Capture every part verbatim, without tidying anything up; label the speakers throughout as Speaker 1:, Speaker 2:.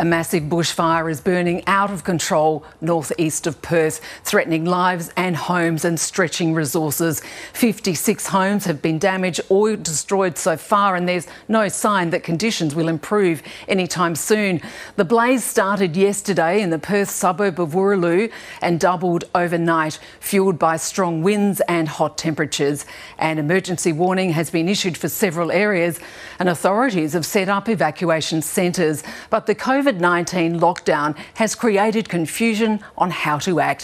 Speaker 1: A massive bushfire is burning out of control northeast of Perth, threatening lives and homes and stretching resources. fifty-six homes have been damaged or destroyed so far, and there's no sign that conditions will improve anytime soon. The blaze started yesterday in the Perth suburb of Wooroloo and doubled overnight, fuelled by strong winds and hot temperatures. An emergency warning has been issued for several areas, and authorities have set up evacuation centres. But the covid nineteen lockdown has created confusion on how to act.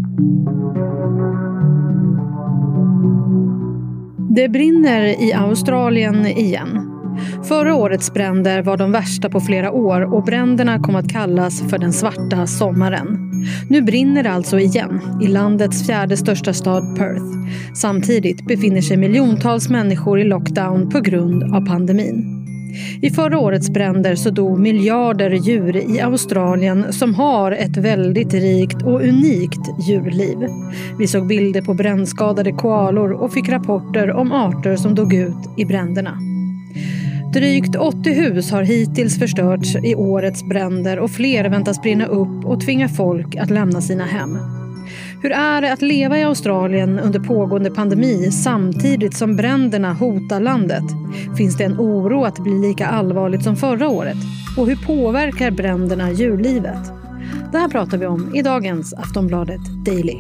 Speaker 2: Det brinner i Australien igen. Förra årets bränder var de värsta på flera år och bränderna kom att kallas för den svarta sommaren. Nu brinner det alltså igen i landets fjärde största stad Perth. Samtidigt befinner sig miljontals människor i lockdown på grund av pandemin. I förra årets bränder så dog miljarder djur i Australien som har ett väldigt rikt och unikt djurliv. Vi såg bilder på brännskadade koalor och fick rapporter om arter som dog ut i bränderna. Drygt åttio hus har hittills förstörts i årets bränder och fler väntas brinna upp och tvinga folk att lämna sina hem. Hur är det att leva i Australien under pågående pandemi samtidigt som bränderna hotar landet? Finns det en oro att det blir lika allvarligt som förra året? Och hur påverkar bränderna djurlivet? Det här pratar vi om i dagens Aftonbladet Daily.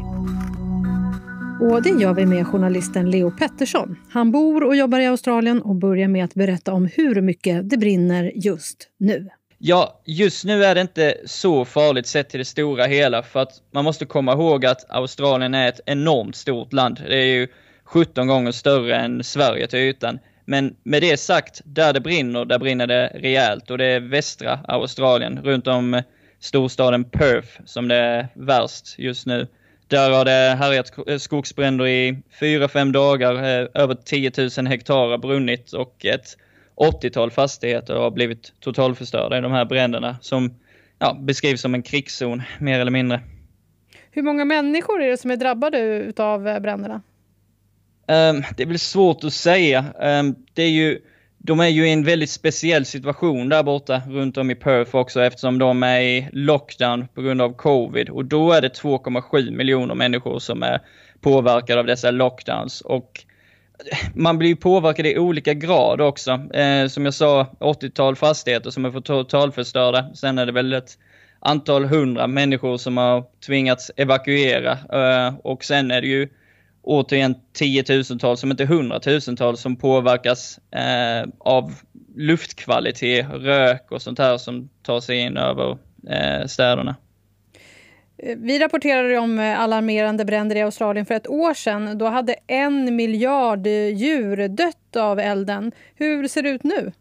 Speaker 2: Och det gör vi med journalisten Leo Pettersson. Han bor och jobbar i Australien och börjar med att berätta om hur mycket det brinner just nu.
Speaker 3: Ja, just nu är det inte så farligt sett till det stora hela, för att man måste komma ihåg att Australien är ett enormt stort land. Det är ju sjutton gånger större än Sverige till ytan. Men med det sagt, där det brinner, där brinner det rejält. Och det är västra Australien, runt om storstaden Perth, som det är värst just nu. Där har det härjat skogsbränder i fyra fem dagar, över tio tusen hektar har brunnit och ett åttiotal fastigheter har blivit totalförstörda i de här bränderna som ja, beskrivs som en krigszon mer eller mindre.
Speaker 2: Hur många människor är det som är drabbade av bränderna?
Speaker 3: Um, det är väl svårt att säga. Um, det är ju, de är ju i en väldigt speciell situation där borta runt om i Perth också, eftersom de är i lockdown på grund av covid. Och då är det två komma sju miljoner människor som är påverkade av dessa lockdowns. Och man blir påverkad i olika grad också. Eh, som jag sa, åttiotal fastigheter som är för totalförstörda. Sen är det väl ett antal hundra människor som har tvingats evakuera. Eh, och sen är det ju återigen tiotusentals, som inte hundratusentals, som påverkas eh, av luftkvalitet, rök och sånt här som tar sig in över eh, städerna.
Speaker 2: Vi rapporterade om alarmerande bränder i Australien för ett år sedan. Då hade en miljard djur dött av elden. Hur ser det ut nu?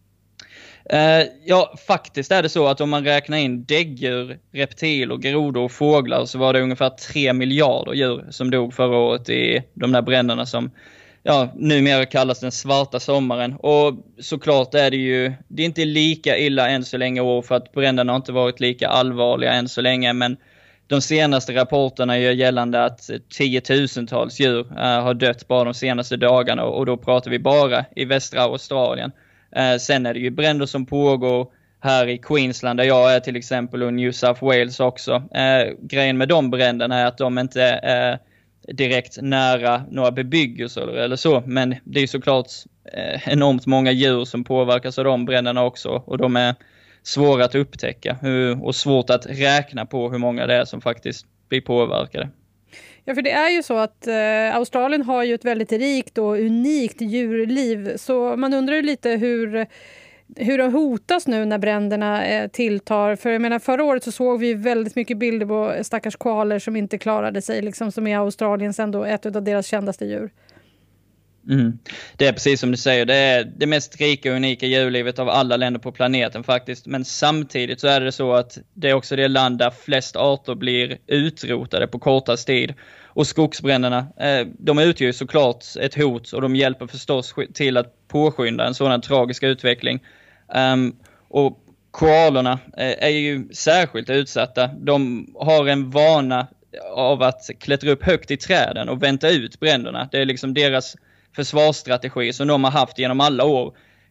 Speaker 3: Uh, ja, faktiskt är det så att om man räknar in däggdjur, reptiler, grodor och fåglar så var det ungefär tre miljarder djur som dog förra året i de där bränderna som ja, numera kallas den svarta sommaren. Och såklart är det ju, det är inte lika illa än så länge år, för att bränderna har inte varit lika allvarliga än så länge, men de senaste rapporterna gör gällande att tiotusentals djur uh, har dött bara de senaste dagarna, och då pratar vi bara i västra Australien. Uh, sen är det ju bränder som pågår här i Queensland där jag är till exempel, och New South Wales också. Uh, grejen med de bränderna är att de inte är direkt nära några bebyggelser eller så, men det är såklart uh, enormt många djur som påverkas av de bränderna också, och de är svåra att upptäcka och svårt att räkna på hur många det är som faktiskt blir påverkade.
Speaker 2: Ja, för det är ju så att eh, Australien har ju ett väldigt rikt och unikt djurliv, så man undrar ju lite hur, hur de hotas nu när bränderna eh, tilltar. För jag menar, förra året så såg vi väldigt mycket bilder på stackars koalor som inte klarade sig, liksom, som är Australiens ändå ett av deras kändaste djur.
Speaker 3: Mm. Det är precis som du säger, det är det mest rika och unika djurlivet av alla länder på planeten faktiskt. Men samtidigt så är det så att det är också det land där flest arter blir utrotade på kortast tid. Och skogsbränderna, eh, de utgör ju såklart ett hot, och de hjälper förstås till att påskynda en sådan tragisk utveckling. Um, och koalorna eh, är ju särskilt utsatta. De har en vana av att klättra upp högt i träden och vänta ut bränderna. Det är liksom deras försvarsstrategi som de har haft genom alla år.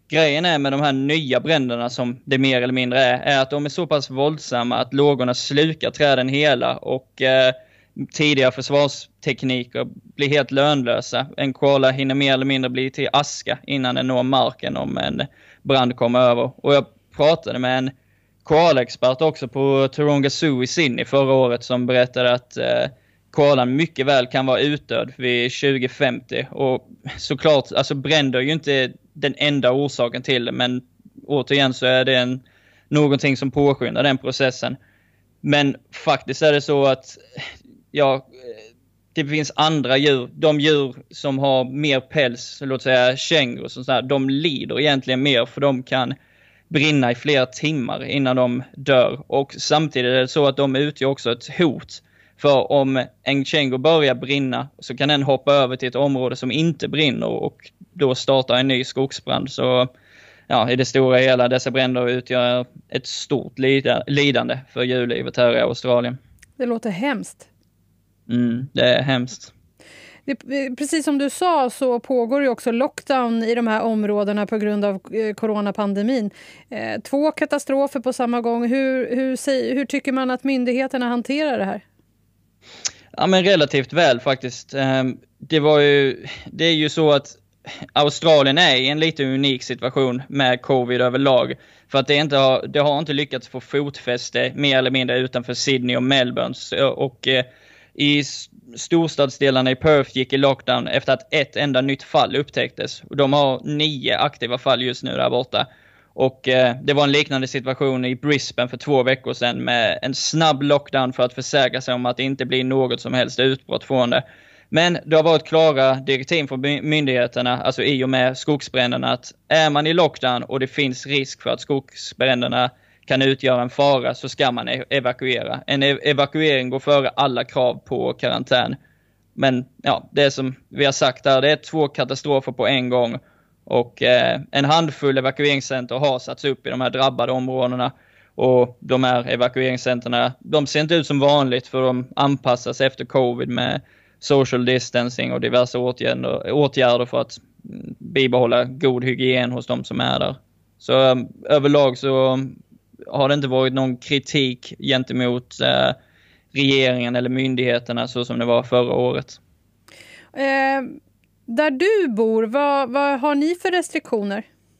Speaker 3: grejen är med de här nya bränderna som det mer eller mindre är, är att de är så pass våldsamma att lågorna slukar träden hela och eh, tidigare försvarstekniker blir helt lönlösa. En koala hinner mer eller mindre bli till aska innan den når marken om en brand kommer över. Och jag pratade med en koalexpert också på Taronga Zoo i Sydney förra året som berättade att eh, koalan mycket väl kan vara utdöd vid tjugo femtio. Och såklart, alltså bränder är ju inte den enda orsaken till det, men återigen så är det en, någonting som påskyndar den processen. Men faktiskt är det så att ja, det finns andra djur, de djur som har mer päls, låt säga kängor och sånt där, de lider egentligen mer för de kan brinna i flera timmar innan de dör. Och samtidigt är det så att de utgör också ett hot. För om en kängor börjar brinna så kan den hoppa över till ett område som inte brinner och då startar en ny skogsbrand. Så ja, i det stora hela dessa bränder utgör ett stort lidande för djurlivet här i Australien.
Speaker 2: Det låter hemskt.
Speaker 3: Mm, det är hemskt.
Speaker 2: Det, precis som du sa så pågår ju också lockdown i de här områdena på grund av eh, coronapandemin. Eh, två katastrofer på samma gång. Hur, hur, hur tycker man att myndigheterna hanterar det här?
Speaker 3: Ja, men relativt väl faktiskt. Det var ju, det är ju så att Australien är i en lite unik situation med covid överlag. För att det, inte har, det har inte lyckats få fotfäste mer eller mindre utanför Sydney och Melbourne. Och eh, i storstadsdelarna i Perth gick i lockdown efter att ett enda nytt fall upptäcktes. Och de har nio aktiva fall just nu där borta. Och eh, det var en liknande situation i Brisbane för två veckor sedan med en snabb lockdown för att försäkra sig om att det inte blir något som helst utbrott från det. Men det har varit klara direktiv från myndigheterna, alltså i och med skogsbränderna, att är man i lockdown och det finns risk för att skogsbränderna kan utgöra en fara så ska man evakuera. En evakuering går före alla krav på karantän. Men ja, det som vi har sagt där, det är två katastrofer på en gång. Och eh, en handfull evakueringscenter har satts upp i de här drabbade områdena. Och de här evakueringscenterna, de ser inte ut som vanligt för de anpassas efter covid med social distancing och diverse åtgärder, åtgärder för att bibehålla god hygien hos de som är där. Så eh, överlag så har det inte varit någon kritik gentemot eh, regeringen eller myndigheterna så som det var förra året.
Speaker 2: Eh, där du bor, vad, vad har ni för restriktioner?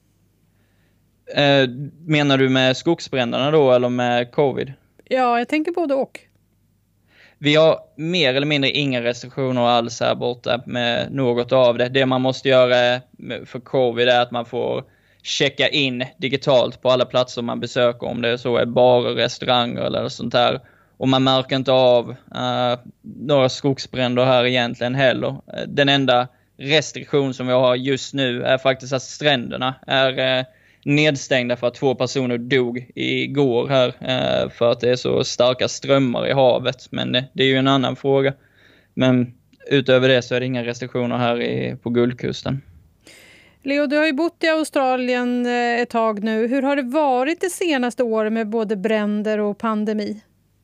Speaker 3: Eh, menar du med skogsbränderna då eller med covid?
Speaker 2: Ja, jag tänker både och.
Speaker 3: Vi har mer eller mindre inga restriktioner alls här borta med något av det. Det man måste göra för covid är att man får checka in digitalt på alla platser man besöker, om det är så är barer, restauranger eller sånt där. Och man märker inte av uh, några skogsbränder här egentligen heller. Den enda restriktion som vi har just nu är faktiskt att stränderna är uh, nedstängda för att två personer dog igår här uh, för att det är så starka strömmar i havet. Men uh, det är ju en annan fråga. Men utöver det så är det inga restriktioner här i, på Guldkusten.
Speaker 2: Leo, du har ju bott i Australien ett tag nu. Hur har det varit det senaste året med både bränder och pandemi?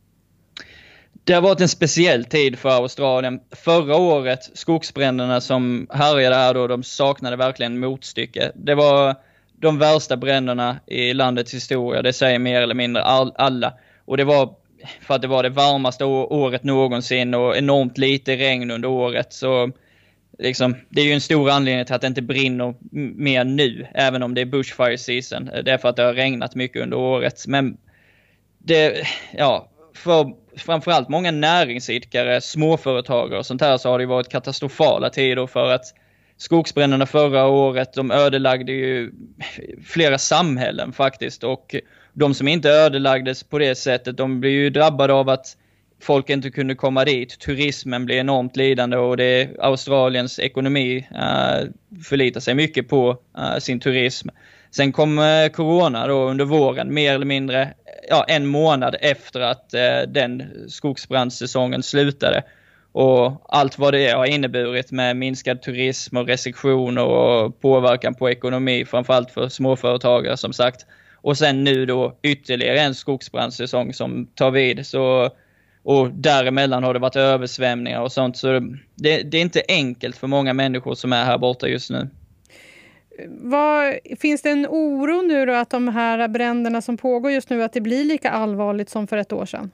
Speaker 3: Det har varit en speciell tid för Australien. Förra året, skogsbränderna som härjade här då, de saknade verkligen motstycke. Det var de värsta bränderna i landets historia, det säger mer eller mindre all, alla. Och det var för att det var det varmaste året någonsin och enormt lite regn under året. Så liksom, det är ju en stor anledning till att det inte brinner mer nu, även om det är bushfire season. Det är för att det har regnat mycket under året. Men det, ja, för framförallt många näringsidkare, småföretagare och sånt här så har det varit katastrofala tider för att skogsbränderna förra året, de ödelagde ju flera samhällen faktiskt. Och de som inte ödelagdes på det sättet, de blir ju drabbade av att folk inte kunde komma dit. Turismen blir enormt lidande och det är Australiens ekonomi uh, förlitar sig mycket på uh, sin turism. Sen kom uh, corona då under våren, mer eller mindre ja, en månad efter att uh, den skogsbrandssäsongen slutade. Och allt vad det har inneburit med minskad turism och restriktioner och påverkan på ekonomi, framförallt för småföretagare som sagt. Och sen nu då ytterligare en skogsbrandssäsong som tar vid. Så, och däremellan har det varit översvämningar och sånt. Så det, det är inte enkelt för många människor som är här borta just nu.
Speaker 2: Vad, finns det en oro nu då att de här bränderna som pågår just nu, att det blir lika allvarligt som för ett år sedan?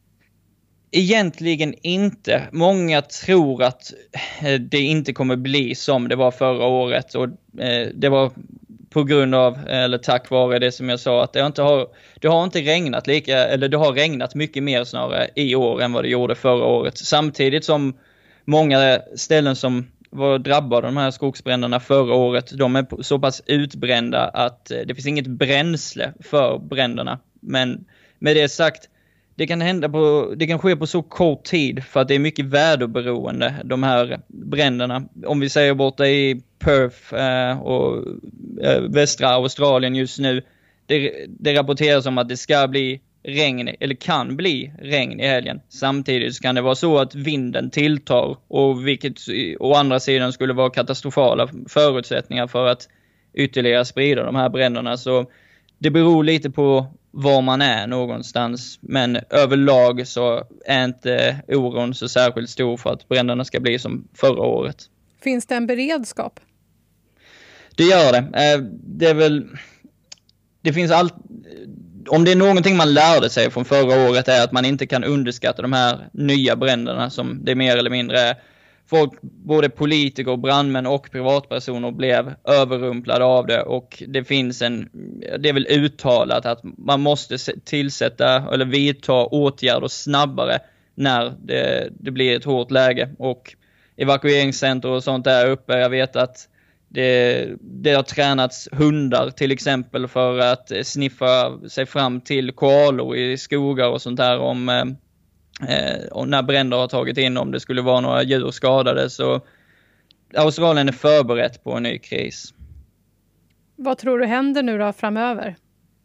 Speaker 3: Egentligen inte. Många tror att det inte kommer bli som det var förra året, och det var på grund av, eller tack vare det som jag sa, att det inte har, det har inte regnat lika, eller det har regnat mycket mer snarare i år än vad det gjorde förra året. Samtidigt som många ställen som var drabbade av de här skogsbränderna förra året, de är så pass utbrända att det finns inget bränsle för bränderna. Men med det sagt, det kan hända på, det kan ske på så kort tid för att det är mycket väderberoende, de här bränderna. Om vi säger borta i Perth eh, och eh, västra Australien just nu, det, det rapporteras om att det ska bli regn, eller kan bli regn i helgen. Samtidigt kan det vara så att vinden tilltar, och vilket å andra sidan skulle vara katastrofala förutsättningar för att ytterligare sprida de här bränderna. Så det beror lite på var man är någonstans, men överlag så är inte oron så särskilt stor för att bränderna ska bli som förra året.
Speaker 2: Finns det en beredskap?
Speaker 3: Det gör det. Det är väl, det finns allt, om det är någonting man lärde sig från förra året är att man inte kan underskatta de här nya bränderna som det mer eller mindre är. Folk, både politiker, brandmän och privatpersoner blev överrumplade av det, och det finns en, det är väl uttalat att man måste tillsätta eller vidta åtgärder snabbare när det, det blir ett hårt läge, och evakueringscenter och sånt där uppe. Jag vet att det, det har tränats hundar till exempel för att sniffa sig fram till koalor i skogar och sånt där om Eh, och när bränder har tagit in, om det skulle vara några djur skadade. Så Australien är förberett på en ny kris.
Speaker 2: Vad tror du händer nu då framöver?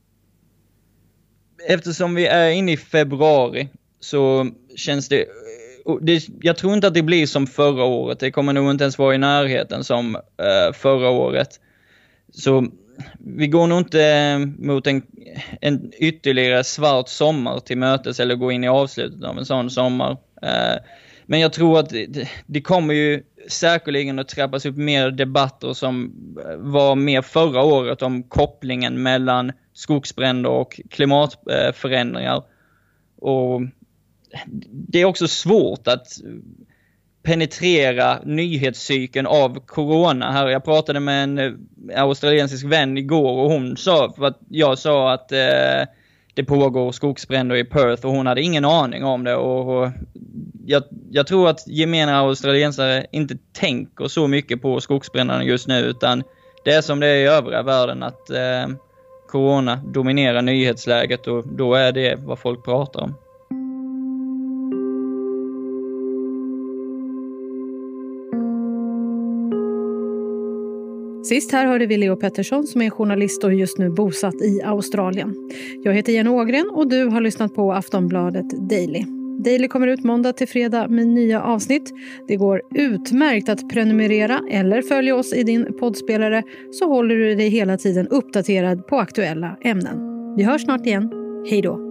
Speaker 3: Eftersom vi är inne i februari så känns det, det jag tror inte att det blir som förra året. Det kommer nog inte ens vara i närheten som eh, förra året. Så vi går nog inte mot en, en ytterligare svart sommar till mötes, eller gå in i avslutet av en sån sommar. Eh, men jag tror att det, det kommer ju säkerligen att trappas upp mer debatter som var mer förra året om kopplingen mellan skogsbränder och klimatförändringar. Och det är också svårt att penetrera nyhetscykeln av corona här. Jag pratade med en australiensisk vän igår, och hon sa, för att jag sa att eh, det pågår skogsbränder i Perth, och hon hade ingen aning om det, och, och jag, jag tror att gemene australiensare inte tänker så mycket på skogsbränderna just nu, utan det är som det är i övriga världen, att eh, corona dominerar nyhetsläget, och då är det vad folk pratar om.
Speaker 2: Sist här hörde vi Leo Pettersson som är journalist och just nu bosatt i Australien. Jag heter Jenny Ågren och du har lyssnat på Aftonbladet Daily. Daily kommer ut måndag till fredag med nya avsnitt. Det går utmärkt att prenumerera eller följa oss i din poddspelare, så håller du dig hela tiden uppdaterad på aktuella ämnen. Vi hörs snart igen. Hej då!